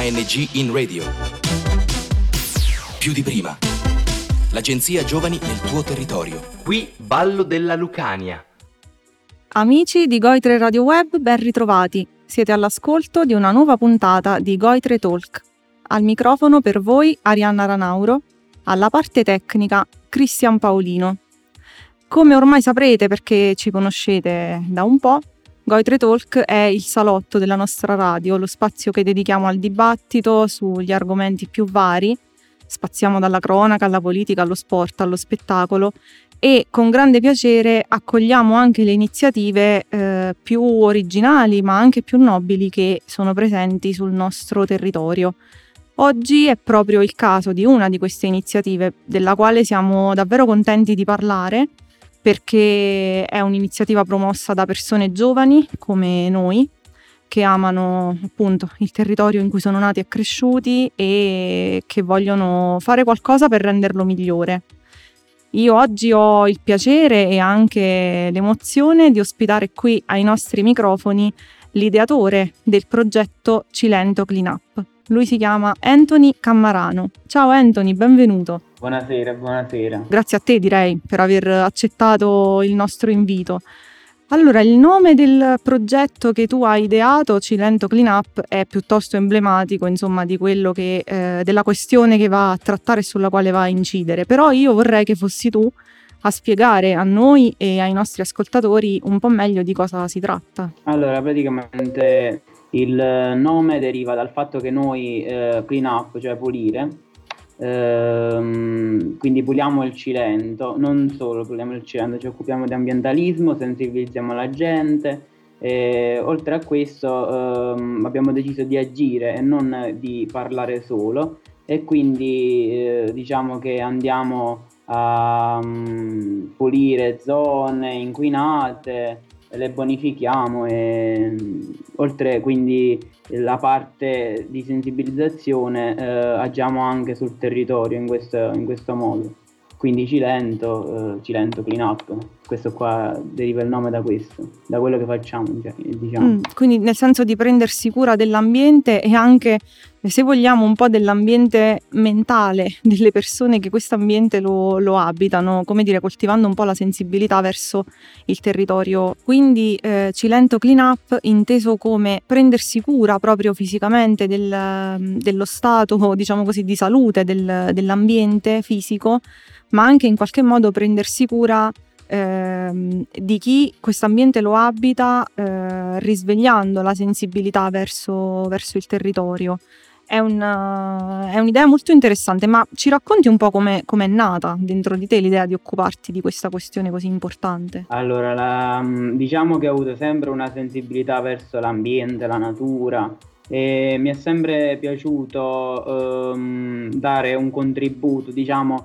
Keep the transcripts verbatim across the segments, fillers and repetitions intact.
A N G in Radio. Più di prima. L'agenzia Giovani nel tuo territorio. Qui Ballo della Lucania. Amici di Goitre Radio Web, ben ritrovati. Siete all'ascolto di una nuova puntata di Goitre Talk. Al microfono per voi Arianna Ranauro, alla parte tecnica Cristian Paolino. Come ormai saprete perché ci conoscete da un po', Goitre Talk è il salotto della nostra radio, lo spazio che dedichiamo al dibattito sugli argomenti più vari. Spaziamo dalla cronaca alla politica, allo sport, allo spettacolo e con grande piacere accogliamo anche le iniziative eh, più originali ma anche più nobili che sono presenti sul nostro territorio. Oggi è proprio il caso di una di queste iniziative, della quale siamo davvero contenti di parlare, perché è un'iniziativa promossa da persone giovani come noi, che amano appunto il territorio in cui sono nati e cresciuti e che vogliono fare qualcosa per renderlo migliore. Io oggi ho il piacere e anche l'emozione di ospitare qui ai nostri microfoni l'ideatore del progetto Cilento Cleanup. Lui si chiama Anthony Cammarano. Ciao Anthony, benvenuto. Buonasera, buonasera. Grazie a te, direi, per aver accettato il nostro invito. Allora, il nome del progetto che tu hai ideato, Cilento Cleanup, è piuttosto emblematico, insomma, di quello che eh, della questione che va a trattare e sulla quale va a incidere. Però io vorrei che fossi tu a spiegare a noi e ai nostri ascoltatori un po' meglio di cosa si tratta. Allora, praticamente il nome deriva dal fatto che noi eh, clean up, cioè pulire, ehm, quindi puliamo il Cilento, non solo puliamo il Cilento, ci occupiamo di ambientalismo, sensibilizziamo la gente e oltre a questo ehm, abbiamo deciso di agire e non di parlare solo e quindi eh, diciamo che andiamo a um, pulire zone inquinate, le bonifichiamo e oltre quindi la parte di sensibilizzazione eh, agiamo anche sul territorio in questo, in questo modo. Quindi Cilento, eh, Cilento Clean Up, questo qua deriva il nome da questo, da quello che facciamo, diciamo. Mm, quindi nel senso di prendersi cura dell'ambiente e anche, se vogliamo, un po' dell'ambiente mentale delle persone che questo ambiente lo, lo abitano, come dire, coltivando un po' la sensibilità verso il territorio. Quindi eh, Cilento Clean Up inteso come prendersi cura proprio fisicamente del, dello stato, diciamo così, di salute del, dell'ambiente fisico, ma anche in qualche modo prendersi cura ehm, di chi questo ambiente lo abita, eh, risvegliando la sensibilità verso, verso il territorio. È, un, è un'idea molto interessante, ma ci racconti un po' come è nata dentro di te l'idea di occuparti di questa questione così importante? Allora, la, diciamo che ho avuto sempre una sensibilità verso l'ambiente, la natura e mi è sempre piaciuto ehm, dare un contributo, diciamo.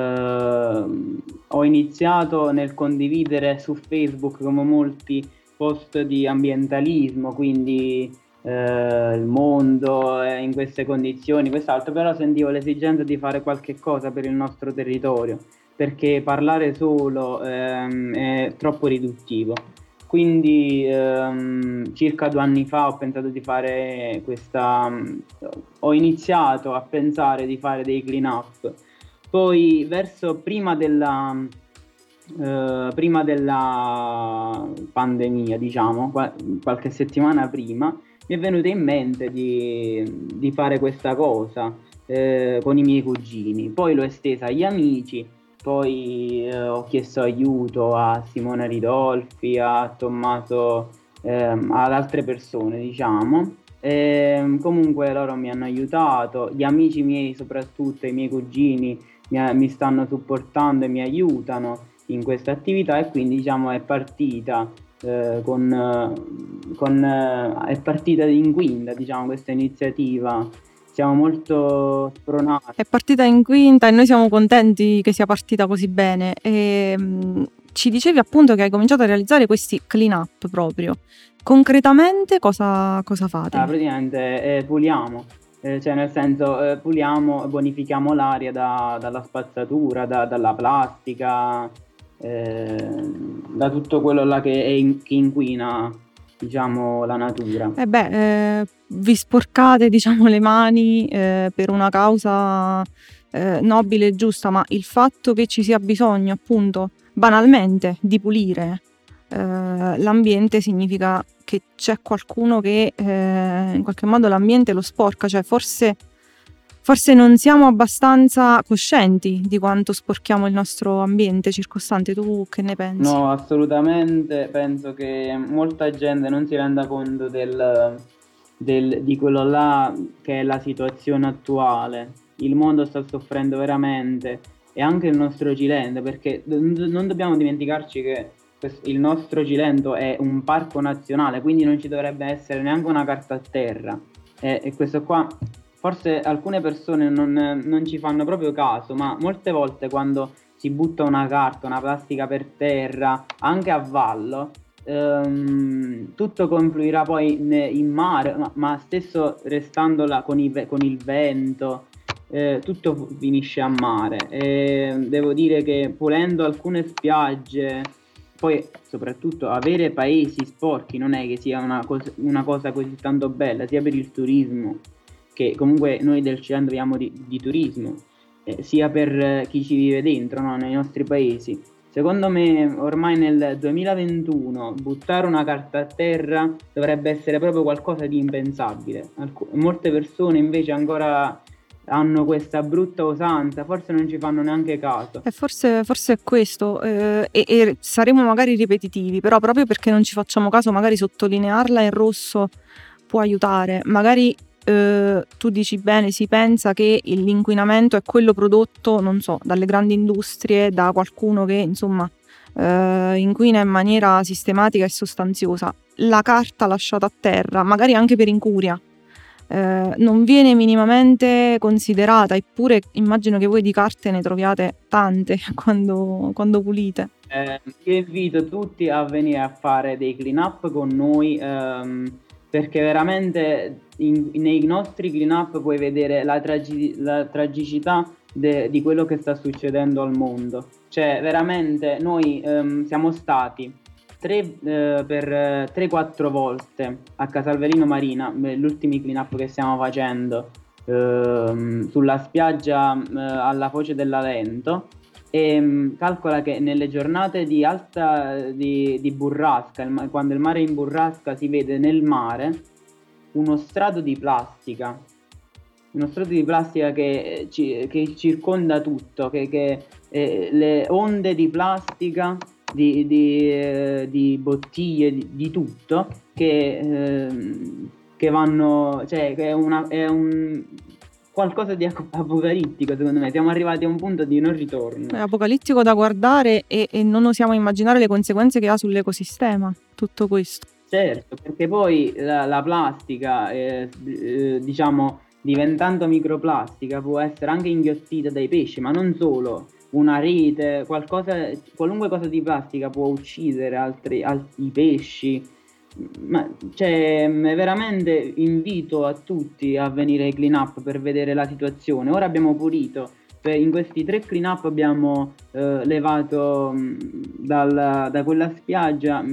Uh, ho iniziato nel condividere su Facebook come molti post di ambientalismo, quindi uh, il mondo è in queste condizioni, quest'altro, però sentivo l'esigenza di fare qualche cosa per il nostro territorio, perché parlare solo um, è troppo riduttivo. Quindi um, circa due anni fa ho pensato di fare questa, um, ho iniziato a pensare di fare dei clean up. Poi verso prima della, eh, prima della pandemia, diciamo, qual- qualche settimana prima, mi è venuto in mente di, di fare questa cosa eh, con i miei cugini. Poi l'ho estesa agli amici, poi eh, ho chiesto aiuto a Simone Ridolfi, a Tommaso, ehm, ad altre persone, diciamo. E, comunque loro mi hanno aiutato, gli amici miei soprattutto, i miei cugini, Mi, mi stanno supportando e mi aiutano in questa attività e quindi diciamo è partita eh, con, eh, con eh, è partita in quinta, diciamo, questa iniziativa. Siamo molto spronati. È partita in quinta e noi siamo contenti che sia partita così bene. E, mh, ci dicevi appunto che hai cominciato a realizzare questi clean up proprio. Concretamente cosa, cosa fate? Ah, praticamente eh, puliamo. Eh, cioè nel senso eh, puliamo e bonifichiamo l'aria da, dalla spazzatura, da, dalla plastica, eh, da tutto quello là che, è in, che inquina diciamo, la natura. Eh beh, eh, vi sporcate, diciamo, le mani eh, per una causa eh, nobile e giusta, ma il fatto che ci sia bisogno, appunto, banalmente, di pulire eh, l'ambiente significa che c'è qualcuno che eh, in qualche modo l'ambiente lo sporca, cioè forse, forse non siamo abbastanza coscienti di quanto sporchiamo il nostro ambiente circostante. Tu che ne pensi? No, assolutamente, penso che molta gente non si renda conto del, del- di quello là che è la situazione attuale. Il mondo sta soffrendo veramente e anche il nostro Cilento, perché d- non dobbiamo dimenticarci che quest- il nostro Cilento è un parco nazionale, quindi non ci dovrebbe essere neanche una carta a terra. E, e questo qua, forse alcune persone non, non ci fanno proprio caso, ma molte volte quando si butta una carta, una plastica per terra, anche a valle, ehm, tutto confluirà poi ne- in mare, ma, ma stesso restando là con, i ve- con il vento, eh, tutto fu- finisce a mare. E devo dire che pulendo alcune spiagge, poi soprattutto avere paesi sporchi non è che sia una, cos- una cosa così tanto bella, sia per il turismo, che comunque noi del Cilento viviamo di, di turismo, eh, sia per eh, chi ci vive dentro, no? Nei nostri paesi. Secondo me ormai nel duemilaventuno buttare una carta a terra dovrebbe essere proprio qualcosa di impensabile. Alc- molte persone invece ancora hanno questa brutta usanza, forse non ci fanno neanche caso. E forse, forse è questo, eh, e, e saremo magari ripetitivi, però proprio perché non ci facciamo caso, magari sottolinearla in rosso può aiutare. Magari eh, tu dici bene, si pensa che l'inquinamento è quello prodotto, non so, dalle grandi industrie, da qualcuno che insomma eh, inquina in maniera sistematica e sostanziosa. La carta lasciata a terra, magari anche per incuria, eh, non viene minimamente considerata, eppure immagino che voi di carte ne troviate tante quando, quando pulite. Eh, io invito tutti a venire a fare dei clean up con noi, ehm, perché veramente in- nei nostri clean up puoi vedere la, tragi- la tragicità de- di quello che sta succedendo al mondo. Cioè, veramente noi ehm, siamo stati tre, eh, per tre quattro volte a Casalverino Marina, eh, gli ultimi clean up che stiamo facendo ehm, sulla spiaggia eh, alla foce dell'Alento. E mh, calcola che nelle giornate di alta di, di burrasca, il ma- quando il mare è in burrasca, si vede nel mare uno strato di plastica, uno strato di plastica che, eh, ci- che circonda tutto, che, che, eh, le onde di plastica, di, di, eh, di bottiglie, di, di tutto, che, ehm, che vanno, cioè che è, una, è un qualcosa di aco- apocalittico, secondo me. Siamo arrivati a un punto di non ritorno. È apocalittico da guardare e, e non osiamo immaginare le conseguenze che ha sull'ecosistema, tutto questo. Certo, perché poi la, la plastica, eh, eh, diciamo, diventando microplastica, può essere anche inghiottita dai pesci, ma non solo. Una rete, qualcosa, qualunque cosa di plastica può uccidere altri, altri pesci. Ma cioè, mh, veramente invito a tutti a venire ai clean up per vedere la situazione. Ora abbiamo pulito, per- in questi tre clean up abbiamo eh, levato mh, dal- da quella spiaggia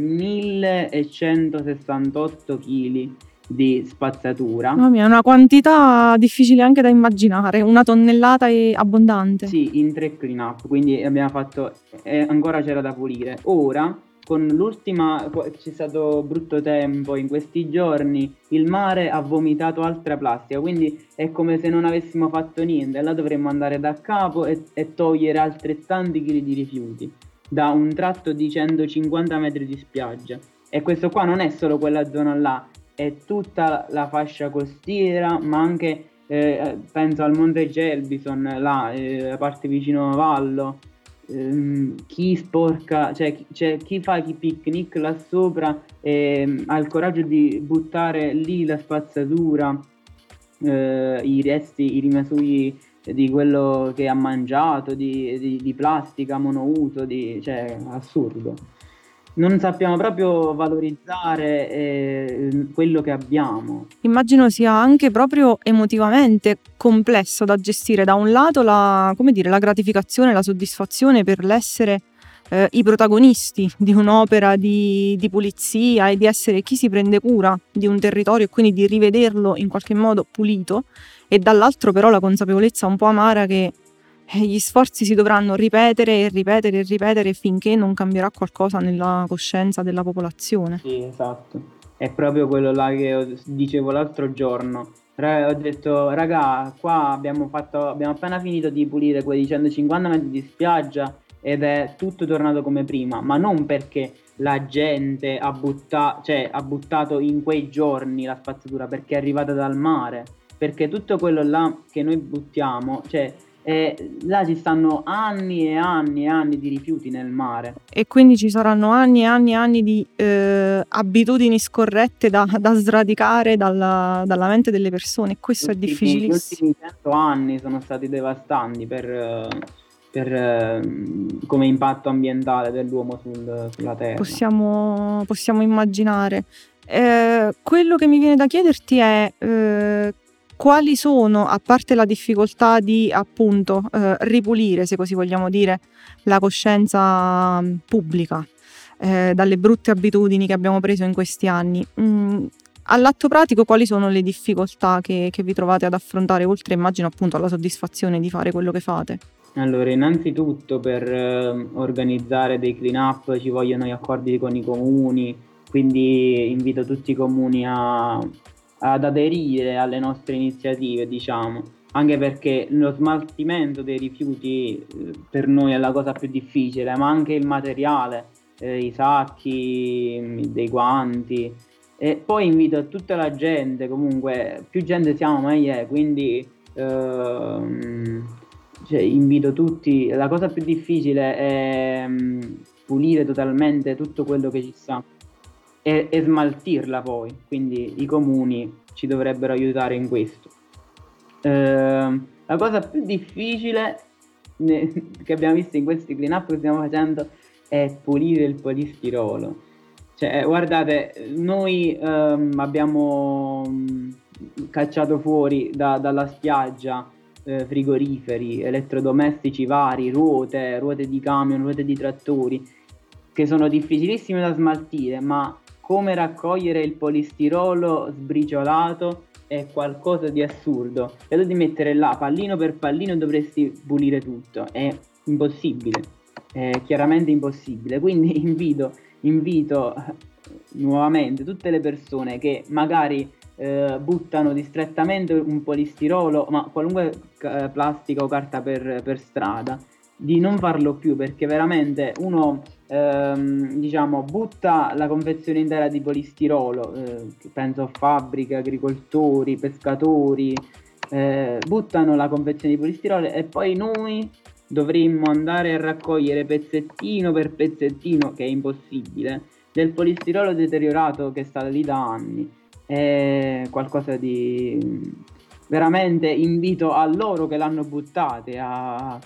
millecentosessantotto chili di spazzatura. Mamma mia, è una quantità difficile anche da immaginare, una tonnellata è abbondante. Sì, in tre clean up, quindi abbiamo fatto, e ancora c'era da pulire. Ora, con l'ultima, qu- c'è stato brutto tempo in questi giorni, il mare ha vomitato altra plastica, quindi è come se non avessimo fatto niente. Là dovremmo andare da capo e, e togliere altrettanti chili di rifiuti da un tratto di centocinquanta metri di spiaggia. E questo qua non è solo quella zona là, è tutta la fascia costiera, ma anche eh, penso al Monte Gelbison, là, eh, la parte vicino a Vallo. Ehm, chi sporca, cioè chi, cioè, chi fa chi picnic là sopra e ha il coraggio di buttare lì la spazzatura, eh, i resti, i rimasugli di quello che ha mangiato, di, di, di plastica monouso, di, cioè assurdo. Non sappiamo proprio valorizzare eh, quello che abbiamo. Immagino sia anche proprio emotivamente complesso da gestire. Da un lato la, come dire, la gratificazione, la soddisfazione per l'essere eh, i protagonisti di un'opera di, di pulizia e di essere chi si prende cura di un territorio e quindi di rivederlo in qualche modo pulito, e dall'altro però la consapevolezza un po' amara che eh, gli sforzi si dovranno ripetere e ripetere e ripetere finché non cambierà qualcosa nella coscienza della popolazione. Sì, esatto. È proprio quello là che ho- dicevo l'altro giorno. Ra- ho detto, raga, qua abbiamo fatto, abbiamo appena finito di pulire quei centocinquanta metri di spiaggia ed è tutto tornato come prima, ma non perché la gente ha, butta- cioè, ha buttato in quei giorni la spazzatura, perché è arrivata dal mare, perché tutto quello là che noi buttiamo, cioè, eh, là ci stanno anni e anni e anni di rifiuti nel mare. E quindi ci saranno anni e anni e anni di eh, abitudini scorrette da, da sradicare dalla, dalla mente delle persone, e questo è Ultimi- Gli difficilissimo. ultimi cento anni sono stati devastanti per, eh, per, eh, come impatto ambientale dell'uomo sul- sulla Terra. Possiamo, possiamo immaginare. Eh, quello che mi viene da chiederti è eh, quali sono, a parte la difficoltà di appunto eh, ripulire, se così vogliamo dire, la coscienza mh, pubblica eh, dalle brutte abitudini che abbiamo preso in questi anni. Mm, all'atto pratico, quali sono le difficoltà che, che vi trovate ad affrontare, oltre immagino appunto alla soddisfazione di fare quello che fate? Allora, innanzitutto per eh, organizzare dei clean up ci vogliono gli accordi con i comuni, quindi invito tutti i comuni a- ad aderire alle nostre iniziative, diciamo, anche perché lo smaltimento dei rifiuti eh, per noi è la cosa più difficile, ma anche il materiale, eh, i sacchi, mm, dei guanti. E poi invito tutta la gente, comunque più gente siamo meglio è, quindi ehm, cioè, invito tutti, la cosa più difficile è mm, pulire totalmente tutto quello che ci sta e, e smaltirla poi, quindi i comuni ci dovrebbero aiutare in questo. Ehm, la cosa più difficile ne- che abbiamo visto in questi clean up che stiamo facendo è pulire il polistirolo. Cioè, guardate, noi ehm, abbiamo mm, cacciato fuori da- dalla spiaggia eh, frigoriferi, elettrodomestici vari, ruote, ruote di camion, ruote di trattori, che sono difficilissime da smaltire, ma come raccogliere il polistirolo sbriciolato è qualcosa di assurdo. E tu di mettere là pallino per pallino dovresti pulire tutto, è impossibile, è chiaramente impossibile. Quindi invito, invito eh, nuovamente tutte le persone che magari eh, buttano distrattamente un polistirolo, ma qualunque eh, plastica o carta per, per strada, di non farlo più, perché veramente uno ehm, diciamo butta la confezione intera di polistirolo, eh, penso a fabbriche, agricoltori, pescatori, eh, buttano la confezione di polistirolo e poi noi dovremmo andare a raccogliere pezzettino per pezzettino, che è impossibile, del polistirolo deteriorato che sta lì da anni. È qualcosa di veramente, invito a loro che l'hanno buttate a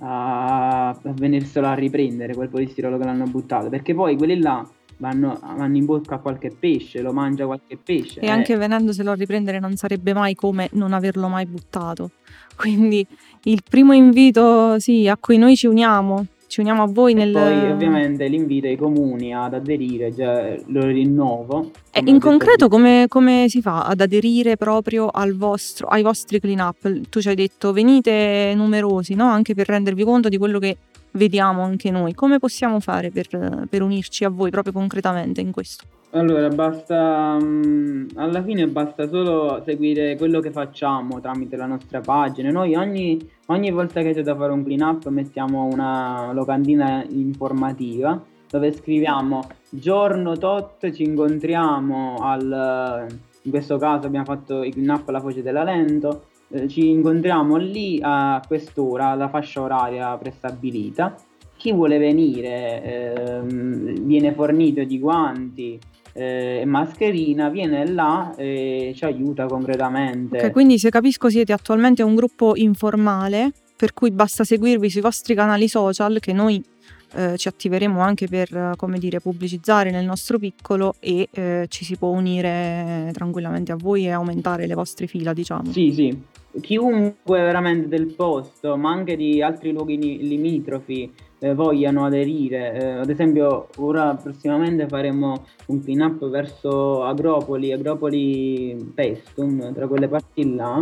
a, a venirselo a riprendere quel polistirolo che l'hanno buttato, perché poi quelli là vanno, vanno in bocca a qualche pesce, lo mangia qualche pesce. E eh. anche venendoselo a riprendere non sarebbe mai come non averlo mai buttato. Quindi il primo invito, sì, a cui noi ci uniamo, ci uniamo a voi E nel... poi ovviamente l'invito ai comuni ad aderire, già lo rinnovo. E come in ho detto concreto prima. come, come si fa ad aderire proprio al vostro, ai vostri clean up? Tu ci hai detto venite numerosi, no? Anche per rendervi conto di quello che vediamo anche noi. Come possiamo fare per, per unirci a voi proprio concretamente in questo? Allora, basta, mm, alla fine basta solo seguire quello che facciamo tramite la nostra pagina. Noi ogni, ogni volta che c'è da fare un clean up mettiamo una locandina informativa dove scriviamo giorno tot ci incontriamo al, in questo caso abbiamo fatto i clean up alla Foce dell'Alento, eh, ci incontriamo lì a quest'ora, alla fascia oraria prestabilita. Chi vuole venire ehm, viene fornito di guanti e eh, mascherina, viene là e ci aiuta concretamente. Ok, quindi se capisco siete attualmente un gruppo informale, per cui basta seguirvi sui vostri canali social che noi eh, ci attiveremo anche per, eh, come dire, pubblicizzare nel nostro piccolo, e eh, ci si può unire tranquillamente a voi e aumentare le vostre fila, diciamo. Sì, sì. Chiunque veramente del posto, ma anche di altri luoghi ni- limitrofi, eh, vogliano aderire. Eh, ad esempio ora prossimamente faremo un clean up verso Agropoli, Agropoli Pestum, tra quelle parti là.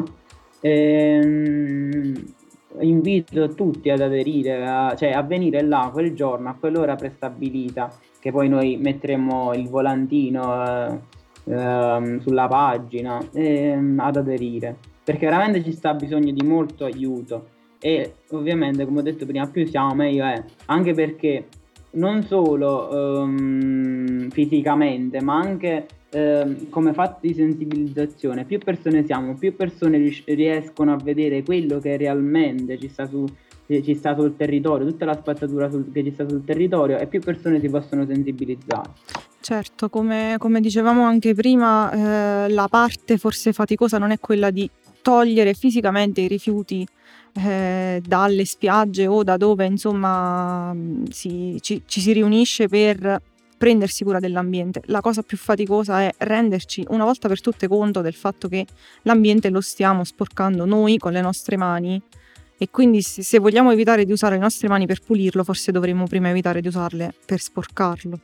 Ehm, invito tutti ad aderire, a, cioè a venire là quel giorno, a quell'ora prestabilita, che poi noi metteremo il volantino eh, ehm, sulla pagina, ehm, ad aderire, perché veramente ci sta bisogno di molto aiuto e ovviamente, come ho detto prima, più siamo meglio è, anche perché non solo ehm, fisicamente, ma anche ehm, come fatto di sensibilizzazione, più persone siamo, più persone ries- riescono a vedere quello che realmente ci sta su ci sta sul territorio, tutta la spazzatura sul, che ci sta sul territorio, e più persone si possono sensibilizzare. Certo, come, come dicevamo anche prima, eh, la parte forse faticosa non è quella di togliere fisicamente i rifiuti eh, dalle spiagge o da dove insomma si, ci, ci si riunisce per prendersi cura dell'ambiente. La cosa più faticosa è renderci una volta per tutte conto del fatto che l'ambiente lo stiamo sporcando noi con le nostre mani, e quindi se, se vogliamo evitare di usare le nostre mani per pulirlo, forse dovremmo prima evitare di usarle per sporcarlo.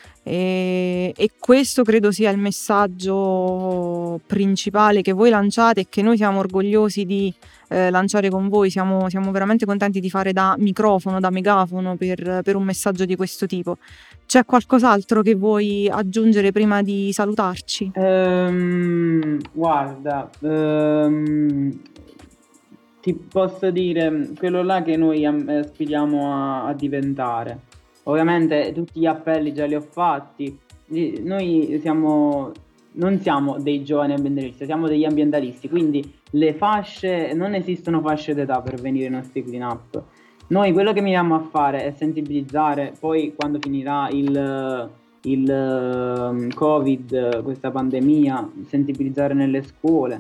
E, e questo credo sia il messaggio principale che voi lanciate e che noi siamo orgogliosi di eh, lanciare con voi. Siamo, siamo veramente contenti di fare da microfono, da megafono per, per un messaggio di questo tipo. C'è qualcos'altro che vuoi aggiungere prima di salutarci? Ehm, guarda, ehm, ti posso dire quello là che noi am- aspiriamo a, a diventare. Ovviamente tutti gli appelli già li ho fatti. Di- Noi siamo, non siamo dei giovani ambientalisti, siamo degli ambientalisti, quindi le fasce, non esistono fasce d'età per venire ai nostri clean up. Noi quello che miriamo a fare è sensibilizzare, poi quando finirà il, il ehm, Covid, questa pandemia, sensibilizzare nelle scuole,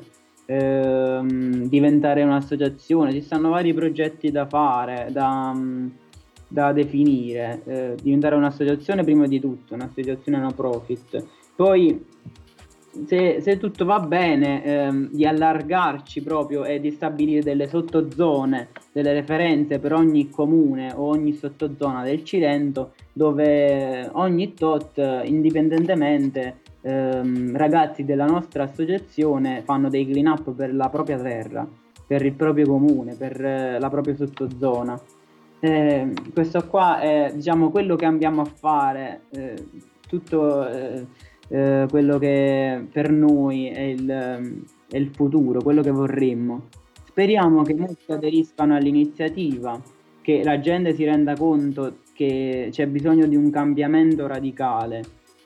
ehm, diventare un'associazione. Ci stanno vari progetti da fare, da, mm, da definire, eh, diventare un'associazione prima di tutto, un'associazione no profit. Poi se, se tutto va bene, ehm, di allargarci proprio e di stabilire delle sottozone, delle referenze per ogni comune o ogni sottozona del Cilento, dove ogni tot, indipendentemente, ehm, ragazzi della nostra associazione fanno dei clean up per la propria terra, per il proprio comune, per eh, la propria sottozona. Eh, questo qua è, diciamo, quello che andiamo a fare, eh, tutto eh, eh, quello che per noi è il, è il futuro, quello che vorremmo. Speriamo che molti aderiscano all'iniziativa, che la gente si renda conto che c'è bisogno di un cambiamento radicale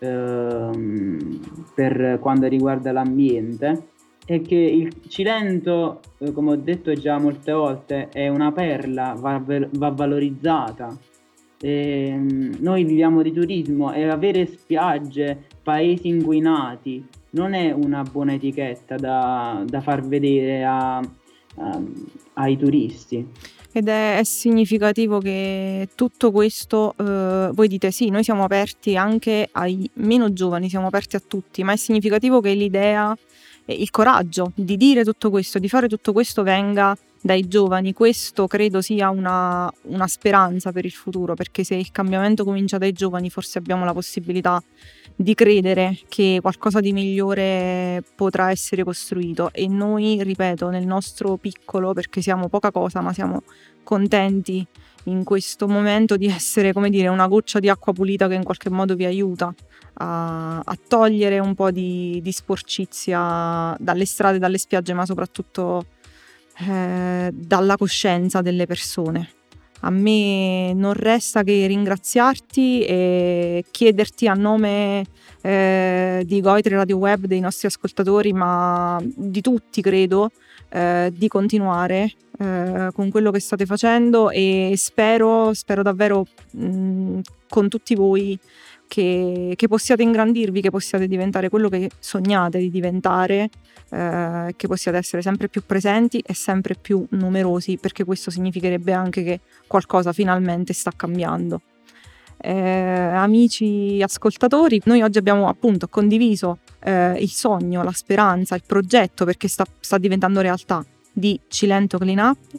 ehm, per quanto riguarda l'ambiente, e che il Cilento, eh, come ho detto già molte volte, è una perla, va, va valorizzata. E, mm, noi viviamo di turismo e avere spiagge, paesi inquinati non è una buona etichetta da, da far vedere a, a- ai turisti. Ed è, è significativo che tutto questo, eh, voi dite sì, noi siamo aperti anche ai meno giovani, siamo aperti a tutti, ma è significativo che l'idea, e il coraggio di dire tutto questo, di fare tutto questo venga dai giovani. Questo credo sia una, una speranza per il futuro, perché se il cambiamento comincia dai giovani, forse abbiamo la possibilità di credere che qualcosa di migliore potrà essere costruito. E noi, ripeto, nel nostro piccolo, perché siamo poca cosa, ma siamo contenti in questo momento di essere, come dire, una goccia di acqua pulita che in qualche modo vi aiuta a, a togliere un po' di, di sporcizia dalle strade, dalle spiagge, ma soprattutto eh, dalla coscienza delle persone. A me non resta che ringraziarti e chiederti a nome eh, di Goitre Radio Web, dei nostri ascoltatori, ma di tutti credo, eh, di continuare eh, con quello che state facendo, e spero, spero davvero mh, con tutti voi che, che possiate ingrandirvi, che possiate diventare quello che sognate di diventare, eh, che possiate essere sempre più presenti e sempre più numerosi, perché questo significherebbe anche che qualcosa finalmente sta cambiando. Eh, amici ascoltatori, noi oggi abbiamo appunto condiviso eh, il sogno, la speranza, il progetto, perché sta, sta diventando realtà, di Cilento Clean Up,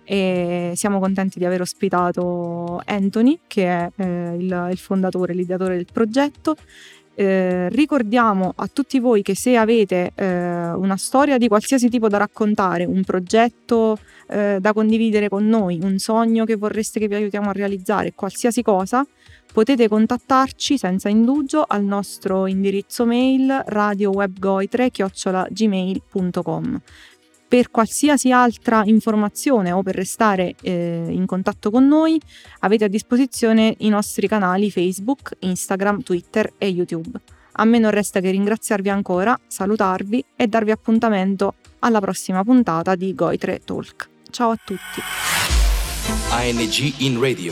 e siamo contenti di aver ospitato Anthony, che è eh, il, il fondatore, l'ideatore del progetto. Eh, ricordiamo a tutti voi che se avete eh, una storia di qualsiasi tipo da raccontare, un progetto eh, da condividere con noi, un sogno che vorreste che vi aiutiamo a realizzare, qualsiasi cosa, potete contattarci senza indugio al nostro indirizzo mail radiowebgoitre chiocciola gmail punto com. Per qualsiasi altra informazione o per restare eh, in contatto con noi avete a disposizione i nostri canali Facebook, Instagram, Twitter e YouTube. A me non resta che ringraziarvi ancora, salutarvi e darvi appuntamento alla prossima puntata di Goitre Talk. Ciao a tutti. A N G in Radio.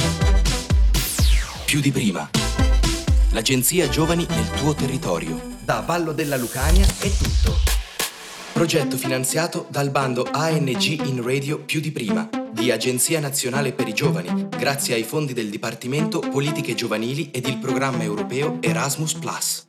Più di prima. L'agenzia Giovani nel tuo territorio. Da Vallo della Lucania è tutto. Progetto finanziato dal bando A N G in Radio Più di prima di Agenzia Nazionale per i Giovani, grazie ai fondi del Dipartimento Politiche Giovanili ed il programma europeo Erasmus Plus.